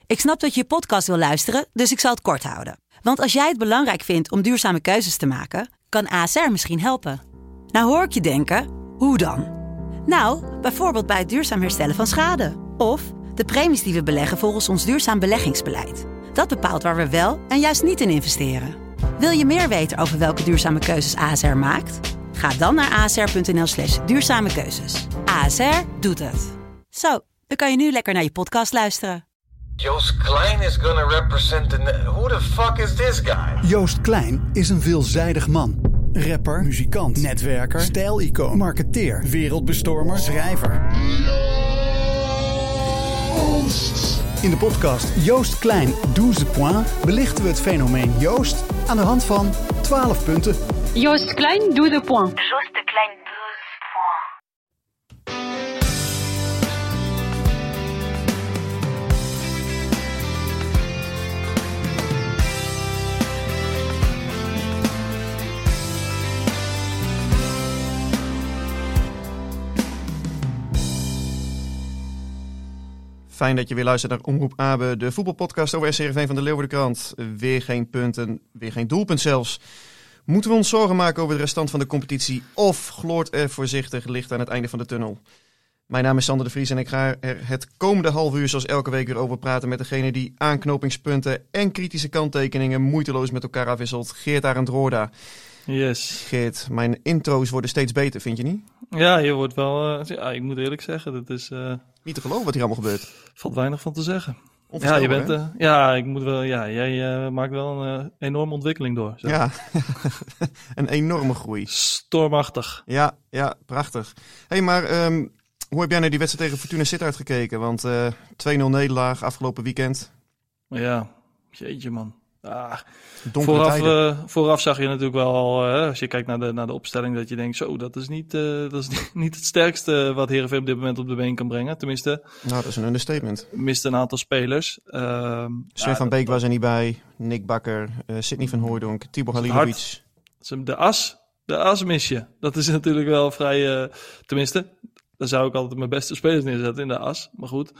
Ik snap dat je podcast wil luisteren, dus ik zal het kort houden. Want als jij het belangrijk vindt om duurzame keuzes te maken, kan ASR misschien helpen. Nou hoor ik je denken, hoe dan? Nou, bijvoorbeeld bij het duurzaam herstellen van schade. Of de premies die we beleggen volgens ons duurzaam beleggingsbeleid. Dat bepaalt waar we wel en juist niet in investeren. Wil je meer weten over welke duurzame keuzes ASR maakt? Ga dan naar asr.nl/duurzame keuzes. ASR doet het. Zo, dan kan je nu lekker naar je podcast luisteren. Joost Klein is gonna represent who the fuck is this guy? Joost Klein is een veelzijdig man. Rapper, muzikant, netwerker, stijlicoon, marketeer, wereldbestormer, schrijver. In de podcast Joost Klein 12 points belichten we het fenomeen Joost aan de hand van 12 punten. Joost Klein 12 points. Joost Klein 12 points. Fijn dat je weer luistert naar Omroep Abe, de voetbalpodcast over SC Heerenveen van de Leeuwardenkrant. Weer geen punten, weer geen doelpunt zelfs. Moeten we ons zorgen maken over de restant van de competitie of gloort er voorzichtig licht aan het einde van de tunnel? Mijn naam is Sander de Vries en ik ga er het komende half uur zoals elke week weer over praten met degene die aanknopingspunten en kritische kanttekeningen moeiteloos met elkaar afwisselt. Geert Arend Roorda. Yes. Geert, mijn intro's worden steeds beter, vind je niet? Ja, je wordt wel... ik moet eerlijk zeggen, dat is... Niet te geloven wat hier allemaal gebeurt. Valt weinig van te zeggen. Ja, je bent... ik moet wel... jij maakt wel een enorme ontwikkeling door. Zo. Ja, een enorme groei. Stormachtig. Ja, prachtig. Hey, maar hoe heb jij naar die wedstrijd tegen Fortuna Sittard gekeken? Want 2-0 nederlaag afgelopen weekend. Ja, jeetje man. Donkere vooraf zag je natuurlijk wel al, als je kijkt naar de opstelling, dat je denkt, zo, dat is niet het sterkste wat Heerenveen op dit moment op de been kan brengen. Tenminste, nou, dat is een understatement. Miste een aantal spelers. Sven van Beek was er niet bij, Nick Bakker, Sidney van Hooijdonk, Tibor Halilovic. De as mis je. Dat is natuurlijk wel vrij, tenminste, daar zou ik altijd mijn beste spelers neerzetten in de as, maar goed.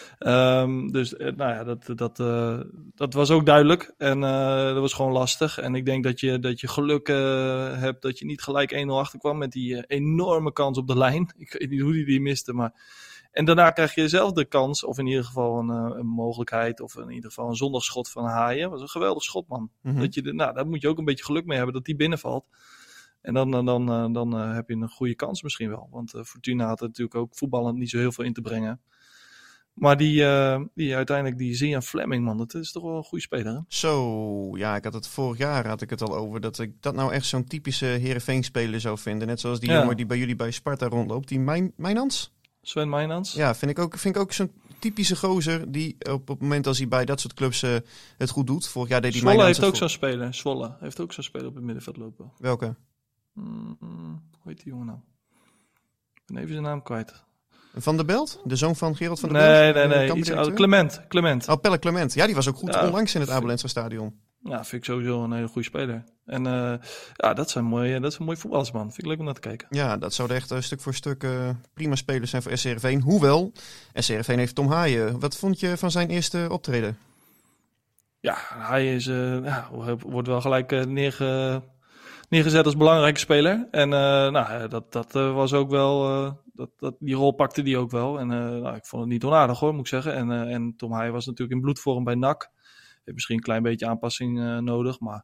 Dat was ook duidelijk en dat was gewoon lastig. En ik denk dat je geluk hebt dat je niet gelijk 1-0 achterkwam met die enorme kans op de lijn. Ik weet niet hoe die miste, maar... En daarna krijg je zelf de kans, of in ieder geval een mogelijkheid, of in ieder geval een zondagsschot van Haaien. Dat was een geweldig schot, man. Mm-hmm. Daar moet je ook een beetje geluk mee hebben dat die binnenvalt. En dan heb je een goede kans misschien wel. Want Fortuna had natuurlijk ook voetballend niet zo heel veel in te brengen. Maar die uiteindelijk, die Zian Fleming, man, dat is toch wel een goede speler, hè? Zo, ja, vorig jaar had ik het al over, dat ik dat nou echt zo'n typische Heerenveen-speler zou vinden. Net zoals die jongen die bij jullie bij Sparta rondloopt, die Mijnans? Sven Mijnans? Ja, vind ik ook zo'n typische gozer die op het moment als hij bij dat soort clubs het goed doet. Vorig jaar deed hij Zwolle heeft ook zo'n speler. Zwolle heeft ook zo'n speler op het middenveld lopen. Welke? Hoe heet die jongen nou? Ik ben even zijn naam kwijt. Van der Belt? De zoon van Gerald van der Belt? Nee. Iets ouder. Clement. Oh, Pelle Clement. Ja, die was ook goed onlangs in het Abelensra stadion. Ja, vind ik sowieso een hele goede speler. En dat zijn mooie voetballers, man. Vind ik leuk om naar te kijken. Ja, dat zouden echt stuk voor stuk prima spelers zijn voor SC Heerenveen. Hoewel, SC Heerenveen heeft Tom Haaien. Wat vond je van zijn eerste optreden? Ja, hij wordt wel gelijk neergezet als belangrijke speler. En dat was ook wel... die rol pakte die ook wel. En ik vond het niet onaardig, hoor, moet ik zeggen. En Tom Haaien was natuurlijk in bloedvorm bij NAC. Heeft misschien een klein beetje aanpassing nodig. Maar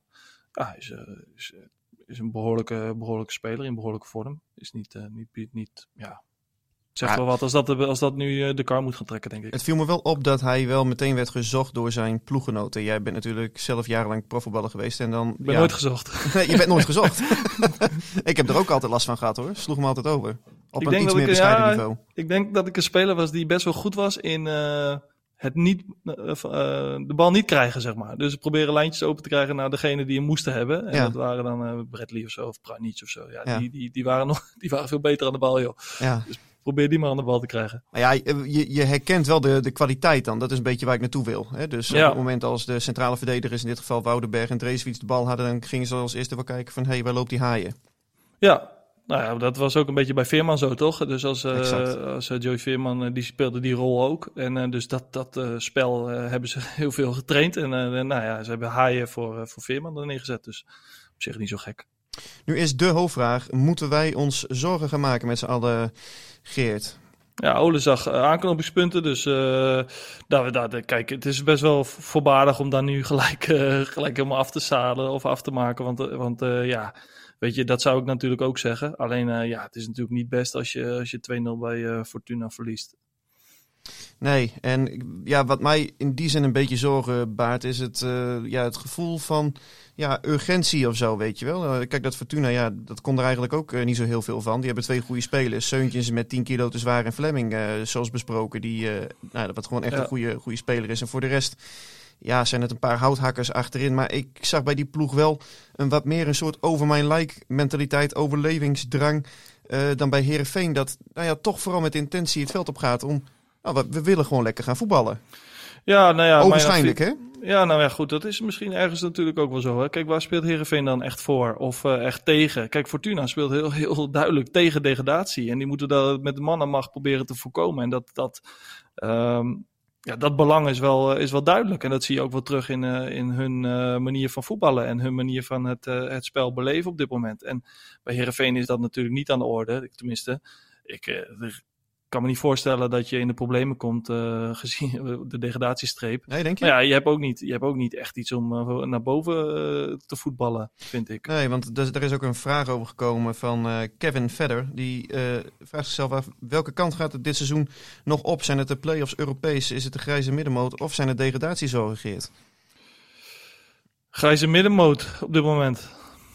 is een behoorlijke speler in behoorlijke vorm. Is niet Zeg wel wat als dat nu de kar moet gaan trekken, denk ik. Het viel me wel op dat hij wel meteen werd gezocht door zijn ploeggenoten. Jij bent natuurlijk zelf jarenlang profvoetballer geweest. En dan, ik ben nooit gezocht. Nee, je bent nooit gezocht. Ik heb er ook altijd last van gehad, hoor. Sloeg me altijd over. Op een iets meer bescheiden niveau. Ik denk dat ik een speler was die best wel goed was in het niet, de bal niet krijgen, zeg maar. Dus proberen lijntjes open te krijgen naar degene die hem moesten hebben. En dat waren dan Bradley of zo, of Pranjic of zo. Ja. Die waren veel beter aan de bal, joh. Ja. Dus probeer die maar aan de bal te krijgen. Maar ja, je herkent wel de kwaliteit dan. Dat is een beetje waar ik naartoe wil. Hè? Dus op het moment als de centrale verdedigers, in dit geval Woudenberg en Dreeswits, de bal hadden, dan gingen ze als eerste wel kijken van, waar loopt die Haaien? Ja, Nou ja, dat was ook een beetje bij Veerman zo, toch? Dus als Joey Veerman, die speelde die rol ook. En dus dat spel hebben ze heel veel getraind. En nou ja, ze hebben Haaien voor Veerman er neergezet. Dus op zich niet zo gek. Nu is de hoofdvraag, moeten wij ons zorgen gaan maken met z'n allen, Geert? Ja, Ole zag aanknopingspunten, dus kijk, het is best wel voorbarig om daar nu gelijk helemaal af te zadelen of af te maken. Want ja, weet je, dat zou ik natuurlijk ook zeggen. Alleen, het is natuurlijk niet best als je 2-0 bij Fortuna verliest. Nee, en ja, wat mij in die zin een beetje zorgen baart is het gevoel van urgentie of zo, weet je wel. Kijk, dat Fortuna, dat kon er eigenlijk ook niet zo heel veel van. Die hebben 2 goede spelers. Seuntjes met 10 kilo te zwaar en Fleming, zoals besproken, wat gewoon echt een goede speler is. En voor de rest, zijn het een paar houthakkers achterin. Maar ik zag bij die ploeg wel wat meer een soort over mijn lijk mentaliteit, overlevingsdrang dan bij Heerenveen. Dat toch vooral met intentie het veld op gaat om... we willen gewoon lekker gaan voetballen. Ja, nou ja. Ogenschijnlijk, hè? Ja, nou ja, goed. Dat is misschien ergens natuurlijk ook wel zo. Hè? Kijk, waar speelt Heerenveen dan echt voor? Of echt tegen? Kijk, Fortuna speelt heel, heel duidelijk tegen degradatie. En die moeten dat met de mannenmacht proberen te voorkomen. En dat belang is wel duidelijk. En dat zie je ook wel terug in hun manier van voetballen. En hun manier van het spel beleven op dit moment. En bij Heerenveen is dat natuurlijk niet aan de orde. Tenminste, ik kan me niet voorstellen dat je in de problemen komt gezien de degradatiestreep. Nee, denk je? Maar ja, je hebt ook niet echt iets om naar boven te voetballen, vind ik. Nee, want er is ook een vraag over gekomen van Kevin Vedder. Die vraagt zichzelf af, welke kant gaat het dit seizoen nog op? Zijn het de play-offs Europees? Is het de grijze middenmoot? Of zijn het degradatiezorgen, Geert? Grijze middenmoot op dit moment.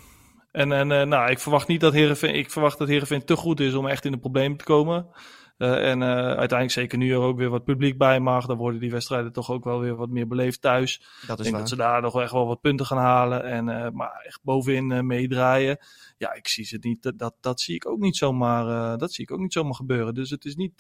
En ik verwacht dat Heerenveen te goed is om echt in de problemen te komen. Uiteindelijk, zeker nu er ook weer wat publiek bij mag, dan worden die wedstrijden toch ook wel weer wat meer beleefd thuis. Dat is ik denk waar. dat ze daar nog echt wel wat punten gaan halen. Maar echt bovenin meedraaien. Ja, ik zie het niet. Dat zie ik ook niet zomaar. Dat zie ik ook niet zomaar gebeuren. Dus het is niet.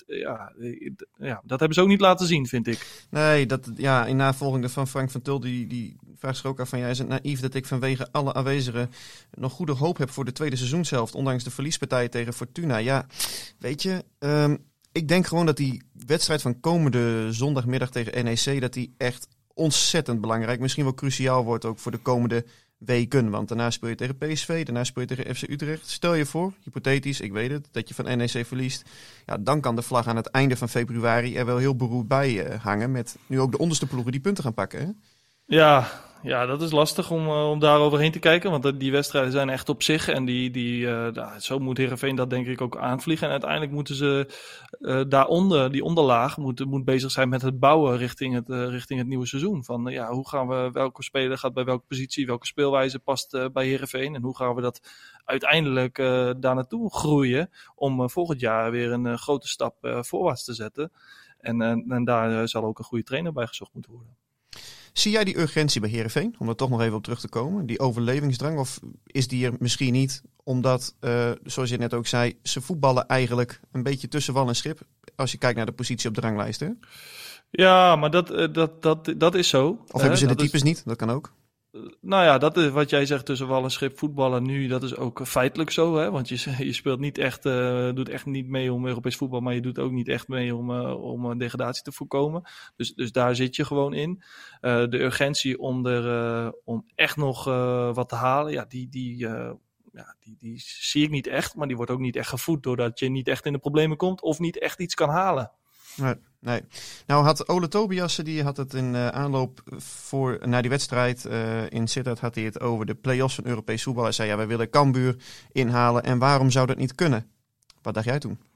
Dat hebben ze ook niet laten zien, vind ik. Nee, in navolging van Frank van Tul, die vraagt zich ook af van, is het naïef dat ik vanwege alle aanwezigen nog goede hoop heb voor de tweede seizoenshelft, ondanks de verliespartij tegen Fortuna. Ja, weet je, ik denk gewoon dat die wedstrijd van komende zondagmiddag tegen NEC, dat die echt ontzettend belangrijk, misschien wel cruciaal wordt ook voor de komende weken. Want daarna speel je tegen PSV, daarna speel je tegen FC Utrecht. Stel je voor, hypothetisch, ik weet het, dat je van NEC verliest. Ja, dan kan de vlag aan het einde van februari er wel heel beroerd bij hangen. Met nu ook de onderste ploegen die punten gaan pakken. Hè? Ja, dat is lastig om daar overheen te kijken. Want die wedstrijden zijn echt op zich. En zo moet Heerenveen dat denk ik ook aanvliegen. En uiteindelijk moeten ze daaronder, die onderlaag, moet bezig zijn met het bouwen richting het nieuwe seizoen. Van hoe gaan we, welke speler gaat bij welke positie, welke speelwijze past bij Heerenveen. En hoe gaan we dat uiteindelijk daar naartoe groeien. Om volgend jaar weer een grote stap voorwaarts te zetten. En daar zal ook een goede trainer bij gezocht moeten worden. Zie jij die urgentie bij Heerenveen, om er toch nog even op terug te komen? Die overlevingsdrang, of is die er misschien niet? Omdat, zoals je net ook zei, ze voetballen eigenlijk een beetje tussen wal en schip. Als je kijkt naar de positie op de ranglijst. Hè? Ja, maar dat is zo. Of hebben ze de types niet? Dat kan ook. Nou ja, dat is wat jij zegt tussen wal en schip voetballen nu. Dat is ook feitelijk zo. Hè? Want je speelt niet echt, doet echt niet mee om Europees voetbal. Maar je doet ook niet echt mee om degradatie te voorkomen. Dus daar zit je gewoon in. De urgentie om echt nog wat te halen. Ja, die zie ik niet echt. Maar die wordt ook niet echt gevoed doordat je niet echt in de problemen komt. Of niet echt iets kan halen. Nee. Nou had Ole Tobiasse, die had het in aanloop naar die wedstrijd in Sittard, had hij het over de play-offs van Europees voetbal. Hij zei, wij willen Cambuur inhalen en waarom zou dat niet kunnen? Wat dacht jij toen?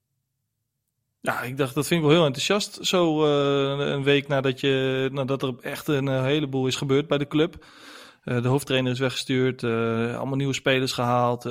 Ja, ik dacht, dat vind ik wel heel enthousiast. Zo een week nadat er echt een heleboel is gebeurd bij de club. De hoofdtrainer is weggestuurd, allemaal nieuwe spelers gehaald.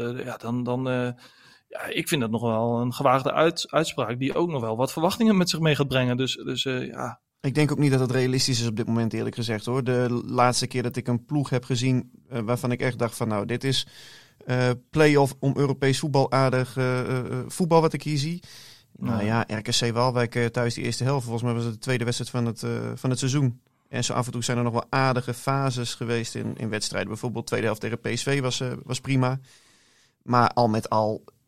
Ik vind dat nog wel een gewaagde uitspraak die ook nog wel wat verwachtingen met zich mee gaat brengen. Dus. Ik denk ook niet dat het realistisch is op dit moment, eerlijk gezegd, hoor. De laatste keer dat ik een ploeg heb gezien waarvan ik echt dacht van, dit is play-off om Europees voetbal aardig voetbal wat ik hier zie. Nou ja, RKC Waalwijk thuis die eerste helft. Volgens mij was het de tweede wedstrijd van het seizoen. En zo af en toe zijn er nog wel aardige fases geweest in wedstrijden. Bijvoorbeeld tweede helft tegen PSV was prima. Maar al met al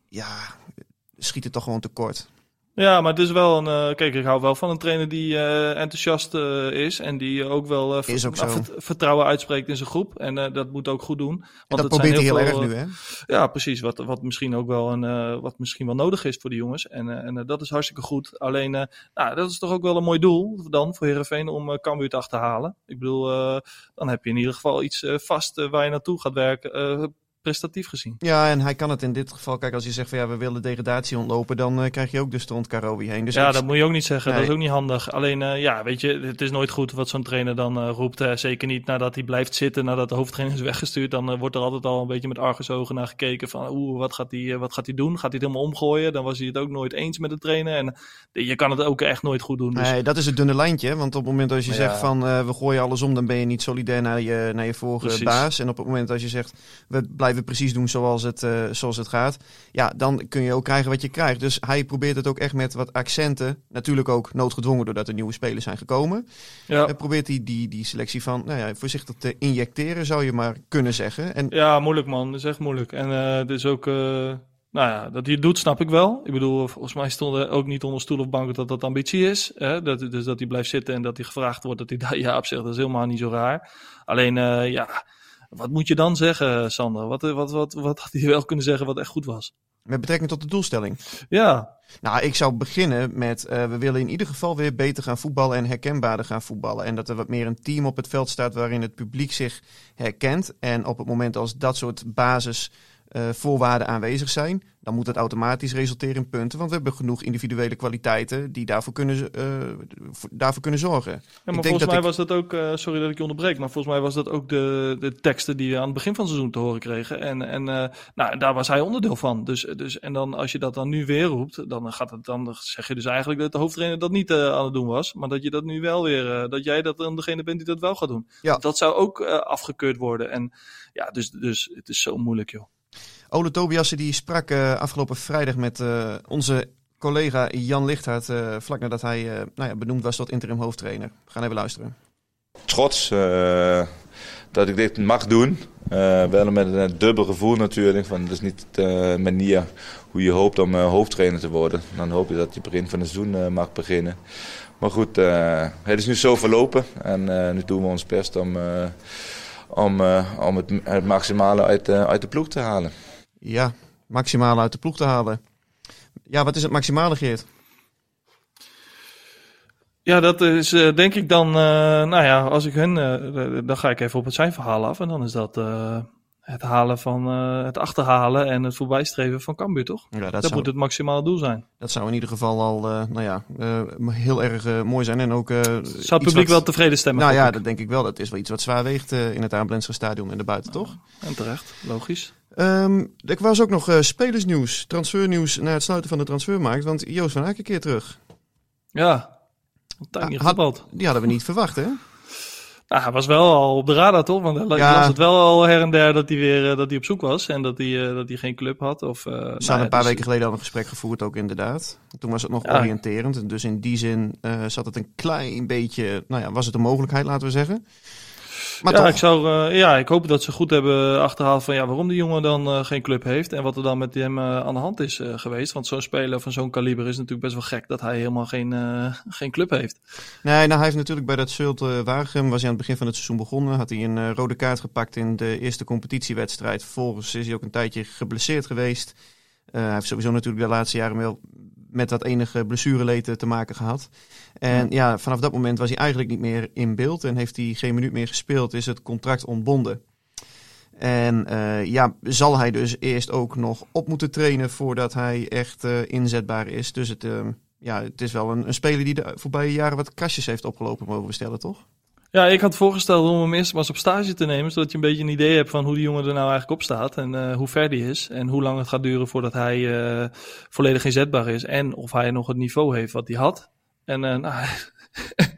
schiet het toch gewoon tekort. Ja, maar het is wel kijk, ik hou wel van een trainer die enthousiast is. En die ook wel vertrouwen uitspreekt in zijn groep. En dat moet ook goed doen. Want en dat probeert hij heel erg nu, hè? Ja, precies. Wat misschien ook wel wat misschien wel nodig is voor de jongens. En dat is hartstikke goed. Alleen, dat is toch ook wel een mooi doel dan voor Heerenveen om Cambuur te achterhalen. Ik bedoel, dan heb je in ieder geval iets vast waar je naartoe gaat werken. Prestatief gezien. Ja, en hij kan het in dit geval. Kijk, als je zegt van we willen degradatie ontlopen, dan krijg je ook de stront Karowi heen. Dus dat moet je ook niet zeggen. Nee. Dat is ook niet handig. Alleen, weet je, het is nooit goed wat zo'n trainer dan roept. Zeker niet nadat hij blijft zitten, nadat de hoofdtrainer is weggestuurd. Dan wordt er altijd al een beetje met argusogen naar gekeken van, wat gaat hij doen? Gaat hij het helemaal omgooien? Dan was hij het ook nooit eens met de trainer. En je kan het ook echt nooit goed doen. Dus. Nee, dat is het dunne lijntje. Want op het moment als je zegt van, we gooien alles om, dan ben je niet solidair naar je vorige baas. En op het moment als je zegt, we blijven precies doen zoals het gaat. Ja, dan kun je ook krijgen wat je krijgt. Dus hij probeert het ook echt met wat accenten. Natuurlijk ook noodgedwongen doordat er nieuwe spelers zijn gekomen. Ja. Probeert hij die selectie van voorzichtig te injecteren, zou je maar kunnen zeggen. En ja, moeilijk man. Dat is echt moeilijk. En het is ook... dat hij het doet, snap ik wel. Ik bedoel, volgens mij stond er ook niet onder stoel of bank dat ambitie is. Hè? Dus dat hij blijft zitten en dat hij gevraagd wordt dat hij daar ja op zegt. Dat is helemaal niet zo raar. Alleen, wat moet je dan zeggen, Sander? Wat had hij wel kunnen zeggen wat echt goed was? Met betrekking tot de doelstelling? Ja. Nou, ik zou beginnen met... we willen in ieder geval weer beter gaan voetballen en herkenbaarder gaan voetballen. En dat er wat meer een team op het veld staat waarin het publiek zich herkent. En op het moment als dat soort basisvoorwaarden aanwezig zijn, dan moet het automatisch resulteren in punten. Want we hebben genoeg individuele kwaliteiten die daarvoor kunnen zorgen. Ja, maar volgens mij was dat ook... sorry dat ik je onderbreek, maar volgens mij was dat ook de teksten die we aan het begin van het seizoen te horen kregen. En daar was hij onderdeel van. Dus, en dan als je dat dan nu weer roept, dan zeg je dus eigenlijk dat de hoofdtrainer dat niet aan het doen was. Maar dat je dat nu wel weer... dat jij dat dan degene bent die dat wel gaat doen. Ja. Dat zou ook afgekeurd worden. En ja, dus het is zo moeilijk, joh. Ole Tobiasse die sprak afgelopen vrijdag met onze collega Jan Lichthart vlak nadat hij benoemd was tot interim hoofdtrainer. We gaan even luisteren. Trots dat ik dit mag doen. Wel met een dubbel gevoel natuurlijk. Van, het is niet de manier hoe je hoopt om hoofdtrainer te worden. Dan hoop je dat je begin van het seizoen mag beginnen. Maar goed, het is nu zo verlopen. En nu doen we ons best om het maximale uit de ploeg te halen. Ja, maximale uit de ploeg te halen. Ja, wat is het maximale, Geert? Ja, dat is denk ik dan... als ik dan ga ik even op het zijn verhaal af. En dan is dat het halen van het achterhalen en het voorbijstreven van Cambuur, toch? Ja, dat moet het maximale doel zijn. Dat zou in ieder geval al heel erg mooi zijn. En ook, zou het publiek wel tevreden stemmen? Nou ja, dat denk ik wel. Dat is wel iets wat zwaar weegt in het Abelense stadion en daarbuiten, toch? En terecht, logisch. Er was ook nog spelersnieuws, transfernieuws na het sluiten van de transfermarkt. Want Joost van Aken keert terug. Ja, die hadden we niet verwacht, hè? Nou, hij was wel al op de radar, toch? Want ik las het wel al her en der dat hij op zoek was. En dat hij geen club had. We hadden een paar weken geleden al een gesprek gevoerd, ook inderdaad. Toen was het nog oriënterend. Dus in die zin zat het een klein beetje... was het een mogelijkheid, laten we zeggen. Maar ik hoop dat ze goed hebben achterhaald van waarom die jongen dan geen club heeft. En wat er dan met hem aan de hand is geweest. Want zo'n speler van zo'n kaliber is natuurlijk best wel gek dat hij helemaal geen club heeft. Nee, hij heeft natuurlijk bij dat Zulte Waregem, was hij aan het begin van het seizoen begonnen. Had hij een rode kaart gepakt in de eerste competitiewedstrijd. Vervolgens is hij ook een tijdje geblesseerd geweest. Hij heeft sowieso natuurlijk de laatste jaren wel met dat enige blessureleed te maken gehad. En vanaf dat moment was hij eigenlijk niet meer in beeld en heeft hij geen minuut meer gespeeld, is het contract ontbonden. En zal hij dus eerst ook nog op moeten trainen voordat hij echt inzetbaar is. Dus het is wel een speler die de voorbije jaren wat kastjes heeft opgelopen, mogen we stellen, toch? Ja, ik had voorgesteld om hem eerst maar eens op stage te nemen, zodat je een beetje een idee hebt van hoe die jongen er nou eigenlijk op staat en hoe ver die is en hoe lang het gaat duren voordat hij volledig inzetbaar is en of hij nog het niveau heeft wat hij had. En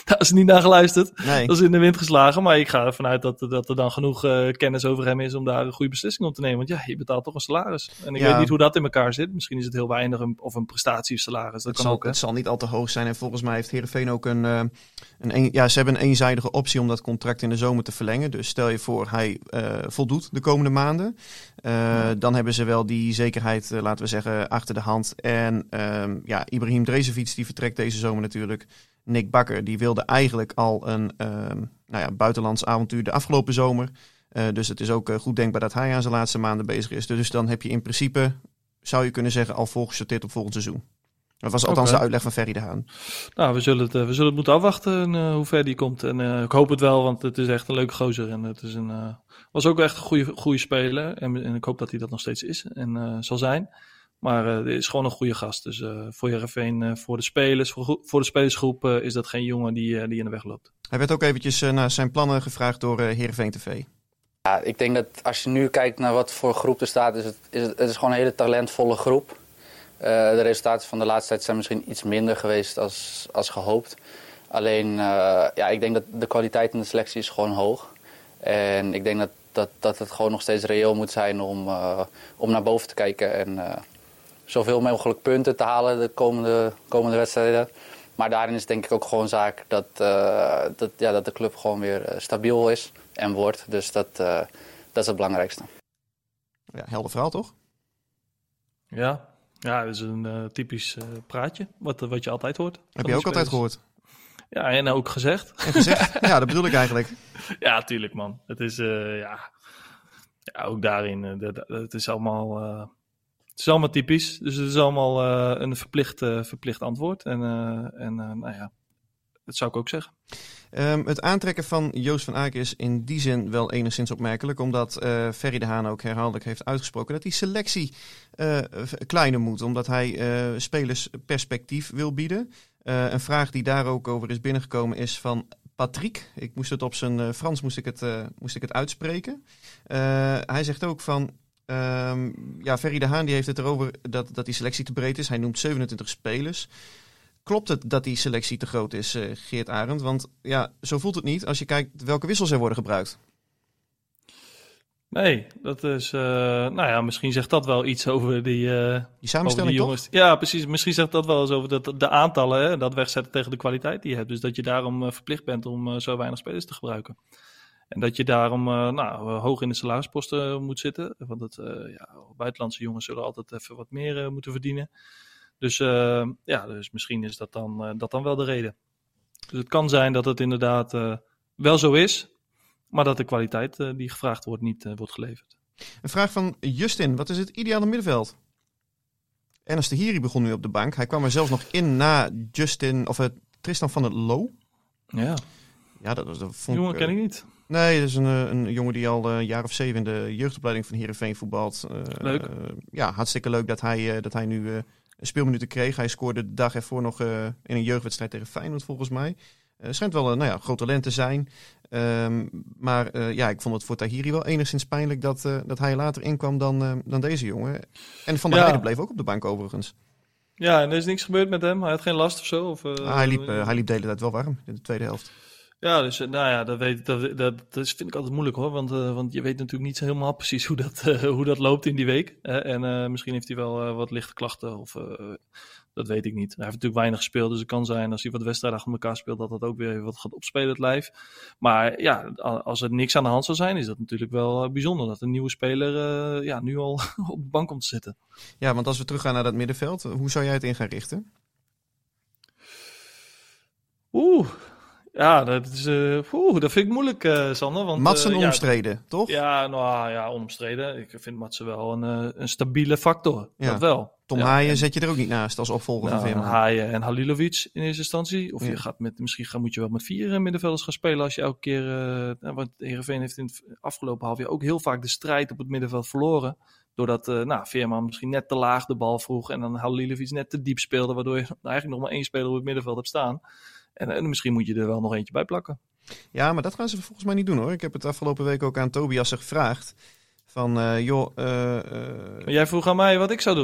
Daar is niet naar geluisterd. Nee. Dat is in de wind geslagen. Maar ik ga ervan uit dat er dan genoeg kennis over hem is om daar een goede beslissing op te nemen. Want ja, je betaalt toch een salaris. En ik weet niet hoe dat in elkaar zit. Misschien is het heel weinig of een prestatiesalaris. Dat kan ook, hè? Het zal niet al te hoog zijn. En volgens mij heeft Heerenveen ook ze hebben een eenzijdige optie om dat contract in de zomer te verlengen. Dus stel je voor, hij voldoet de komende maanden. Dan hebben ze wel die zekerheid, laten we zeggen, achter de hand. En Ibrahim Drezovic, die vertrekt deze zomer natuurlijk. Nick Bakker, die wilde eigenlijk al een buitenlands avontuur de afgelopen zomer. Dus het is ook goed denkbaar dat hij aan zijn laatste maanden bezig is. Dus dan heb je in principe, zou je kunnen zeggen, al volgesorteerd op volgend seizoen. Dat was althans de uitleg van Ferry de Haan. Nou, we zullen het moeten afwachten hoe ver die komt. En ik hoop het wel, want het is echt een leuke gozer. En het is was ook echt een goede speler. En ik hoop dat hij dat nog steeds is en zal zijn. Maar het is gewoon een goede gast. Dus voor Heerenveen, voor de spelers, voor de spelersgroep is dat geen jongen die in de weg loopt. Hij werd ook eventjes naar zijn plannen gevraagd door Heerenveen TV. Ja, ik denk dat als je nu kijkt naar wat voor groep er staat, is het gewoon een hele talentvolle groep. De resultaten van de laatste tijd zijn misschien iets minder geweest als gehoopt. Alleen, ik denk dat de kwaliteit in de selectie is gewoon hoog. En ik denk dat het gewoon nog steeds reëel moet zijn om naar boven te kijken. En zoveel mogelijk punten te halen de komende wedstrijden. Maar daarin is het denk ik ook gewoon zaak dat de club gewoon weer stabiel is en wordt. Dus dat is het belangrijkste. Ja, helder verhaal toch? Ja, dat is een typisch praatje, wat je altijd hoort. Heb je ook altijd gehoord? Ja, en ook gezegd. Ja, dat bedoel ik eigenlijk. Ja, tuurlijk man. Het is, ook daarin, het is allemaal typisch. Dus het is allemaal een verplicht antwoord. Dat zou ik ook zeggen. Het aantrekken van Joost van Aken is in die zin wel enigszins opmerkelijk. Omdat Ferry de Haan ook herhaaldelijk heeft uitgesproken dat die selectie kleiner moet. Omdat hij spelers perspectief wil bieden. Een vraag die daar ook over is binnengekomen is van Patrick. Ik moest het op zijn Frans moest ik het uitspreken. Hij zegt ook van Ferry de Haan die heeft het erover dat die selectie te breed is. Hij noemt 27 spelers. Klopt het dat die selectie te groot is, Geert Arend? Want zo voelt het niet als je kijkt welke wissels er worden gebruikt. Nee, dat is... misschien zegt dat wel iets over die samenstelling, over die jongens. Toch? Ja, precies. Misschien zegt dat wel eens over de aantallen, hè, dat wegzetten tegen de kwaliteit die je hebt. Dus dat je daarom verplicht bent om zo weinig spelers te gebruiken. En dat je daarom hoog in de salarisposten moet zitten. Want buitenlandse jongens zullen altijd even wat meer moeten verdienen. Dus misschien is dat dan wel de reden. Dus het kan zijn dat het inderdaad wel zo is, maar dat de kwaliteit die gevraagd wordt niet wordt geleverd. Een vraag van Justin. Wat is het ideale middenveld? Enes Tahiri begon nu op de bank. Hij kwam er zelfs nog in na Tristan van der Loo. Ja. Ja, dat vond die jongen ken ik niet. Nee, dat is een jongen die al een jaar of 7 in de jeugdopleiding van Heerenveen voetbalt. Leuk. Hartstikke leuk dat hij nu speelminuten kreeg. Hij scoorde de dag ervoor nog in een jeugdwedstrijd tegen Feyenoord volgens mij. Schijnt wel een groot talent te zijn. Ik vond het voor Tahiri wel enigszins pijnlijk dat hij later inkwam dan deze jongen. En Van der Heijden bleef ook op de bank overigens. Ja, en er is niks gebeurd met hem. Hij had geen last of zo? Hij liep de hele tijd wel warm in de tweede helft. Ja, dus dat vind ik altijd moeilijk hoor. Want je weet natuurlijk niet zo helemaal precies hoe dat loopt in die week. En misschien heeft hij wel wat lichte klachten of... dat weet ik niet. Hij heeft natuurlijk weinig gespeeld, dus het kan zijn als hij wat wedstrijden achter elkaar speelt, dat ook weer wat gaat opspelen het lijf. Maar als er niks aan de hand zou zijn, is dat natuurlijk wel bijzonder dat een nieuwe speler nu al op de bank komt te zitten. Ja, want als we teruggaan naar dat middenveld, hoe zou jij het in gaan richten? Ja, dat vind ik moeilijk, Sander. Want, Madsen onomstreden, toch? Ja, onomstreden. Ik vind Madsen wel een stabiele factor. Ja. Dat wel. Tom Haaien zet je er ook niet naast als opvolger van Veerman. Haaien en Halilovic in eerste instantie. Of je gaat moet je wel met 4 middenvelders gaan spelen als je elke keer... want Heerenveen heeft in het afgelopen half jaar ook heel vaak de strijd op het middenveld verloren. Doordat Veerman misschien net te laag de bal vroeg en dan Halilovic net te diep speelde. Waardoor je eigenlijk nog maar 1 speler op het middenveld hebt staan. En misschien moet je er wel nog eentje bij plakken. Ja, maar dat gaan ze volgens mij niet doen hoor. Ik heb het afgelopen week ook aan Tobias gevraagd. Van Maar jij vroeg aan mij wat ik zou doen.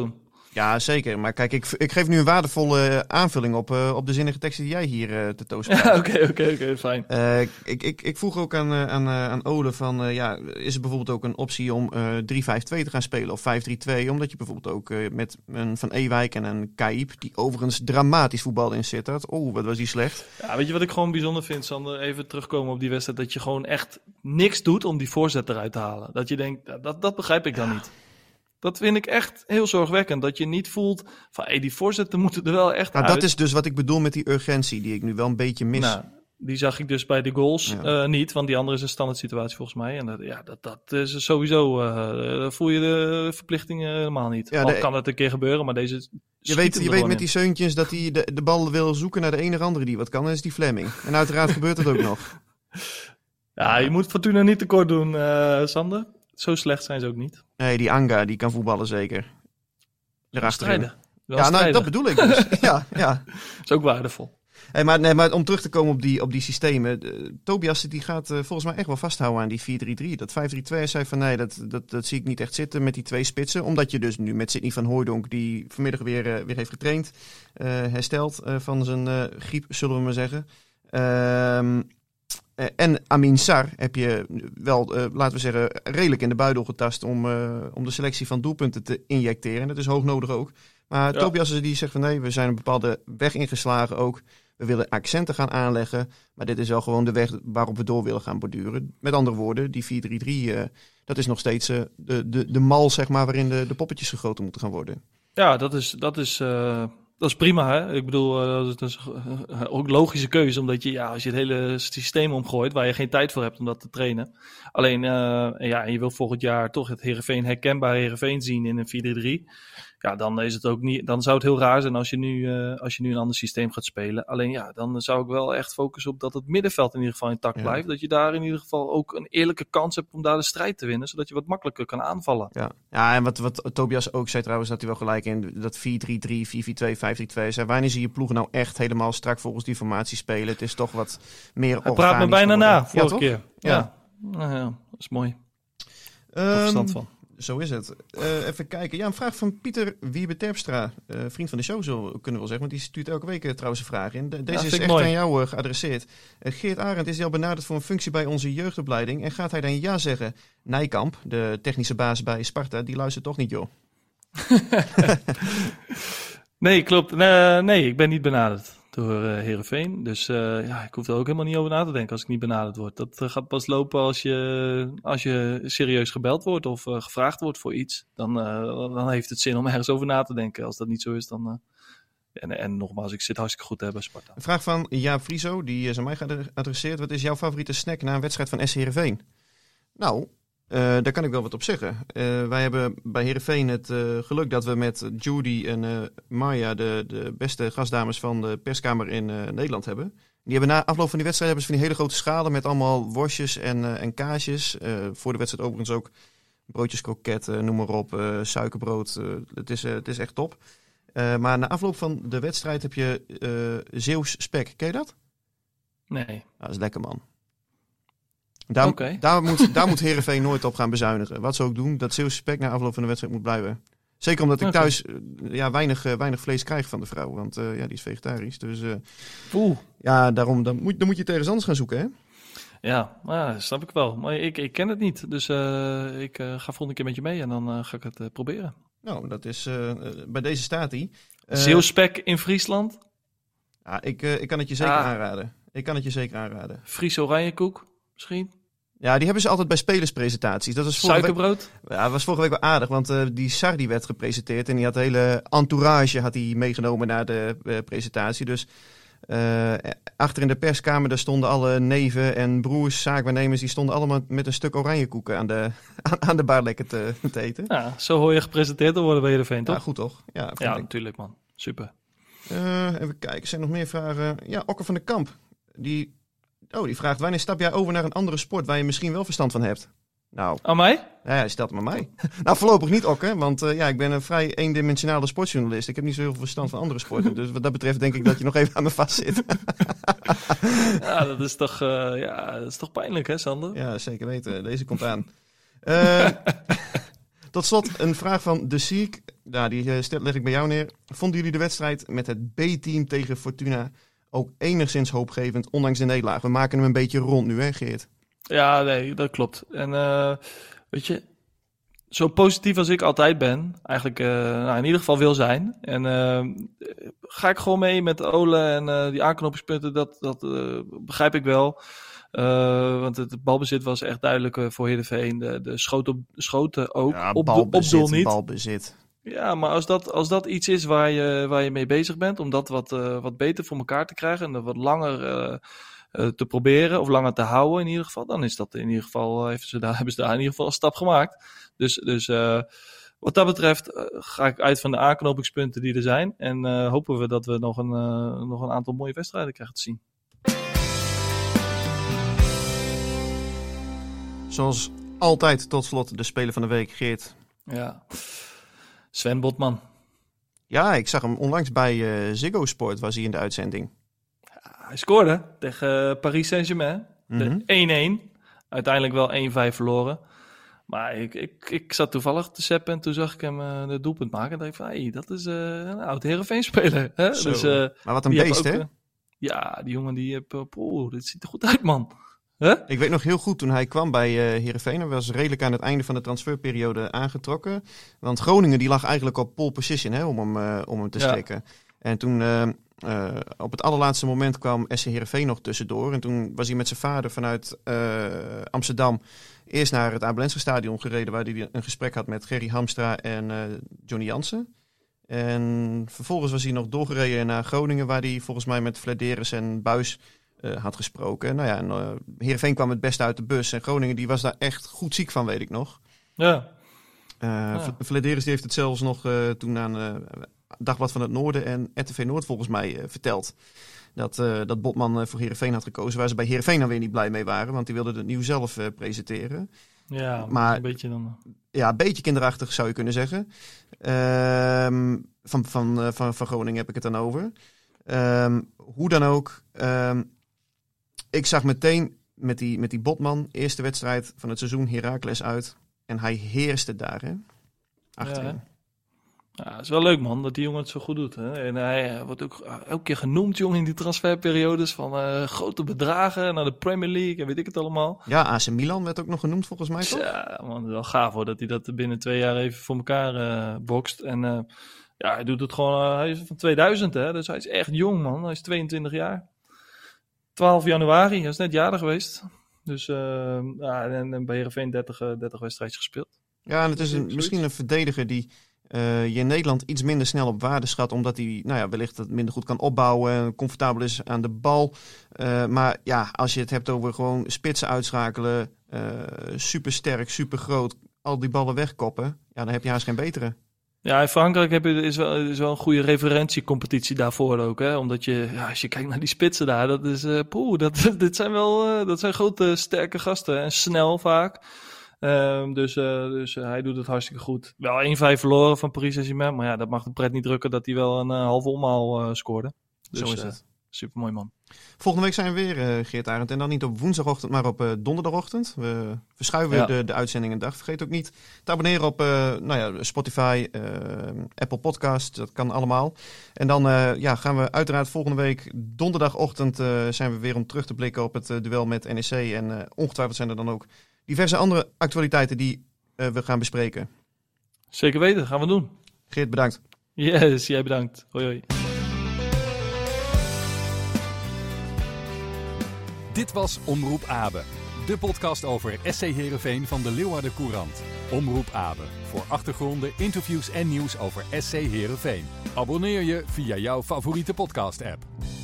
Ja, zeker. Maar kijk, ik geef nu een waardevolle aanvulling op de zinnige teksten die jij hier tentoonspreekt. Ja, oké, fijn. Ik vroeg ook aan Ole van, is er bijvoorbeeld ook een optie om 3-5-2 te gaan spelen of 5-3-2? Omdat je bijvoorbeeld ook met een Van Ewijk en een Kaïp, die overigens dramatisch voetbal in Sittard. Wat was die slecht. Ja, weet je wat ik gewoon bijzonder vind, Sander? Even terugkomen op die wedstrijd. Dat je gewoon echt niks doet om die voorzet eruit te halen. Dat je denkt, dat begrijp ik dan niet. Dat vind ik echt heel zorgwekkend. Dat je niet voelt van, die voorzetten moeten er wel echt uit. Dat is dus wat ik bedoel met die urgentie die ik nu wel een beetje mis. Nou, die zag ik dus bij de goals niet. Want die andere is een standaard situatie volgens mij. En dat is sowieso... voel je de verplichtingen helemaal niet. Ja, Al kan het een keer gebeuren, maar deze... Je weet met die Seuntjes dat hij de bal wil zoeken naar de enige andere die wat kan. En is die Fleming. En uiteraard gebeurt dat ook nog. Ja, je moet Fortuna niet tekort doen, Sander. Zo slecht zijn ze ook niet. Nee, die Anga, die kan voetballen zeker. Strijden. Dat bedoel ik dus. ja. Dat is ook waardevol. Hey, maar om terug te komen op die systemen. Tobias die gaat volgens mij echt wel vasthouden aan die 4-3-3. Dat 5-3-2 zei van nee, dat zie ik niet echt zitten met die twee spitsen. Omdat je dus nu met Sidney van Hooijdonk, die vanmiddag weer heeft getraind, hersteld van zijn griep, zullen we maar zeggen. En Amin Sarr heb je wel, laten we zeggen, redelijk in de buidel getast om de selectie van doelpunten te injecteren. En dat is hoog nodig ook. Maar Tobias die zegt van nee, we zijn een bepaalde weg ingeslagen ook. We willen accenten gaan aanleggen, maar dit is wel gewoon de weg waarop we door willen gaan borduren. Met andere woorden, die 4-3-3, dat is nog steeds de mal, zeg maar, waarin de poppetjes gegoten moeten gaan worden. Ja, dat is prima, hè? Ik bedoel, dat is ook een logische keuze, omdat je, als je het hele systeem omgooit, waar je geen tijd voor hebt om dat te trainen. Alleen, en je wil volgend jaar toch het herkenbare Heerenveen zien in een 4-3-3. Ja, dan is het ook niet. Dan zou het heel raar zijn als je nu een ander systeem gaat spelen. Alleen dan zou ik wel echt focussen op dat het middenveld in ieder geval intact blijft. Dat je daar in ieder geval ook een eerlijke kans hebt om daar de strijd te winnen, zodat je wat makkelijker kan aanvallen. Ja, en wat Tobias ook zei trouwens, dat hij wel gelijk in dat 4-3-3, 4-4-2, 5-3-2 zei. Wanneer zie je ploegen nou echt helemaal strak volgens die formatie spelen? Het is toch wat meer organisch. Hij praat me bijna na, vorige keer. Ja. Nou ja, dat is mooi. Verstand van. Zo is het. Even kijken. Ja, een vraag van Pieter Wiebe-Terpstra. Vriend van de show, kunnen we wel zeggen. Want die stuurt elke week trouwens een vraag in. Deze is echt mooi aan jou geadresseerd. Geert Arend is al benaderd voor een functie bij onze jeugdopleiding. En gaat hij dan ja zeggen? Nijkamp, de technische baas bij Sparta, die luistert toch niet, joh? Nee, klopt. Nee, ik ben niet benaderd door Heerenveen. Dus ik hoef er ook helemaal niet over na te denken als ik niet benaderd word. Dat gaat pas lopen als je serieus gebeld wordt of gevraagd wordt voor iets. Dan heeft het zin om ergens over na te denken. Als dat niet zo is, dan... En nogmaals, ik zit hartstikke goed bij Sparta. Een vraag van Jaap Frieso, die is aan mij geadresseerd. Wat is jouw favoriete snack na een wedstrijd van SC Heerenveen? Nou... daar kan ik wel wat op zeggen. Wij hebben bij Heerenveen het geluk dat we met Judy en Maya de beste gastdames van de perskamer in Nederland hebben. Die hebben na afloop van die wedstrijd hebben ze van die hele grote schalen met allemaal worstjes en kaasjes. Voor de wedstrijd overigens ook broodjes kroket, noem maar op, suikerbrood. Het is echt top. Maar na afloop van de wedstrijd heb je Zeeuws spek. Ken je dat? Nee. Dat is lekker, man. Daar moet Heerenveen nooit op gaan bezuinigen. Wat ze ook doen, dat Zeeuwse spek na afloop van de wedstrijd moet blijven. Zeker omdat ik thuis weinig vlees krijg van de vrouw. Want die is vegetarisch. Dus ja, daarom dan moet je het ergens anders gaan zoeken, hè? Ja, snap ik wel. Maar ik ken het niet. Dus ik ga volgende keer met je mee en dan ga ik het proberen. Nou, dat is bij deze staat hij. Zeeuwspek in Friesland? Ja, ik kan het je zeker aanraden. Fries oranjekoek misschien? Ja, die hebben ze altijd bij spelerspresentaties. Dat was suikerbrood? Dat was vorige week wel aardig, want die Sarr die werd gepresenteerd en die had de hele entourage meegenomen naar de presentatie. Dus achter in de perskamer daar stonden alle neven en broers, zaakwaarnemers, die stonden allemaal met een stuk oranjekoeken aan de bar lekker te eten. Ja, zo hoor je gepresenteerd te worden bij Heerenveen, toch? Ja, goed toch? Ja, natuurlijk man. Super. Even kijken, zijn er nog meer vragen? Ja, Okker van de Kamp. Die vraagt, wanneer stap jij over naar een andere sport waar je misschien wel verstand van hebt? Nou. Aan mij? Ja, stelt het maar mij. Nou, voorlopig niet, Okker, want ik ben een vrij eendimensionale sportjournalist. Ik heb niet zo heel veel verstand van andere sporten. Dus wat dat betreft denk ik dat je nog even aan me vastzit. Ja, dat is toch pijnlijk, hè, Sander? Ja, zeker weten. Deze komt aan. Tot slot een vraag van De Siek. Nou, die leg ik bij jou neer. Vonden jullie de wedstrijd met het B-team tegen Fortuna ook enigszins hoopgevend, ondanks de nederlaag? We maken hem een beetje rond nu, hè Geert? Ja, nee, dat klopt. En weet je, zo positief als ik altijd ben, eigenlijk in ieder geval wil zijn. En ga ik gewoon mee met Ole en die aanknopingspunten, dat begrijp ik wel. Want het balbezit was echt duidelijk voor Heerenveen. De schoten ook, Ja, op doel niet. Balbezit. Ja, maar als dat iets is waar je mee bezig bent, om dat wat beter voor elkaar te krijgen en dat wat langer te proberen of langer te houden in ieder geval, dan is dat in ieder geval, hebben ze daar in ieder geval een stap gemaakt. Dus wat dat betreft ga ik uit van de aanknopingspunten die er zijn en hopen we dat we nog een aantal mooie wedstrijden krijgen te zien. Zoals altijd tot slot de speler van de week, Geert. Ja, Sven Botman. Ja, ik zag hem onlangs bij Ziggo Sport, was hij in de uitzending. Hij scoorde tegen Paris Saint-Germain. De 1-1. Uiteindelijk wel 1-5 verloren. Maar ik zat toevallig te zappen en toen zag ik hem de doelpunt maken. En dacht ik van, hey, dat is een oud Heerenveen-speler. Hè? Dus, maar wat een beest, hè? Ja, die jongen die heeft... dit ziet er goed uit, man. Huh? Ik weet nog heel goed toen hij kwam bij Heerenveen. Hij was redelijk aan het einde van de transferperiode aangetrokken. Want Groningen die lag eigenlijk op pole position, hè, om hem te schikken. En toen op het allerlaatste moment kwam SC Heerenveen nog tussendoor. En toen was hij met zijn vader vanuit Amsterdam eerst naar het Abelense stadion gereden, waar hij een gesprek had met Gerry Hamstra en Johnny Jansen. En vervolgens was hij nog doorgereden naar Groningen, waar hij volgens mij met Flederis en Buis had gesproken. Nou ja, en Heerenveen kwam het beste uit de bus. En Groningen die was daar echt goed ziek van, weet ik nog. Ja. Flederis die heeft het zelfs nog toen aan Dagblad van het Noorden en RTV Noord volgens mij verteld. Dat Botman voor Heerenveen had gekozen, waar ze bij Heerenveen dan weer niet blij mee waren. Want die wilden het nieuw zelf presenteren. Ja, maar een beetje dan. Ja, een beetje kinderachtig zou je kunnen zeggen. Van Groningen heb ik het dan over. Hoe dan ook. Ik zag meteen met die Botman, eerste wedstrijd van het seizoen, Heracles uit. En hij heerste daar, hè? Achterin. Ja, het is wel leuk, man, dat die jongen het zo goed doet. Hè? En hij wordt ook elke keer genoemd, jongen, in die transferperiodes van grote bedragen naar de Premier League en weet ik het allemaal. Ja, AC Milan werd ook nog genoemd volgens mij, toch? Ja, man, wel gaaf hoor, dat hij dat binnen 2 jaar even voor elkaar bokst. En hij doet het gewoon, hij is van 2000, hè, dus hij is echt jong, man. Hij is 22 jaar. 12 januari, hij is net jarig geweest. Dus en bij Heerenveen 30 wedstrijdjes gespeeld. Ja, en het is misschien een verdediger die je in Nederland iets minder snel op waarde schat, omdat hij wellicht het minder goed kan opbouwen en comfortabel is aan de bal. Maar ja, als je het hebt over gewoon spitsen uitschakelen, super sterk, super groot, al die ballen wegkoppen, ja, dan heb je haast geen betere. Ja, in Frankrijk is wel een goede referentiecompetitie daarvoor ook. Hè? Omdat als je kijkt naar die spitsen daar, dat is dat zijn grote, sterke gasten en snel vaak. Dus hij doet het hartstikke goed. Wel 1-5 verloren van Paris Saint-Germain, maar ja, dat mag de pret niet drukken dat hij wel een halve omhaal scoorde. Dus, zo is het. Supermooi, man. Volgende week zijn we weer, Geert Arend. En dan niet op woensdagochtend, maar op donderdagochtend. We verschuiven de uitzending een dag. Vergeet ook niet te abonneren op Spotify, Apple Podcast. Dat kan allemaal. En dan gaan we uiteraard volgende week donderdagochtend zijn we weer om terug te blikken op het duel met NEC. En ongetwijfeld zijn er dan ook diverse andere actualiteiten die we gaan bespreken. Zeker weten, gaan we doen. Geert, bedankt. Yes, jij bedankt. Hoi hoi. Dit was Omroep Abe, de podcast over SC Heerenveen van de Leeuwarden Courant. Omroep Abe, voor achtergronden, interviews en nieuws over SC Heerenveen. Abonneer je via jouw favoriete podcast-app.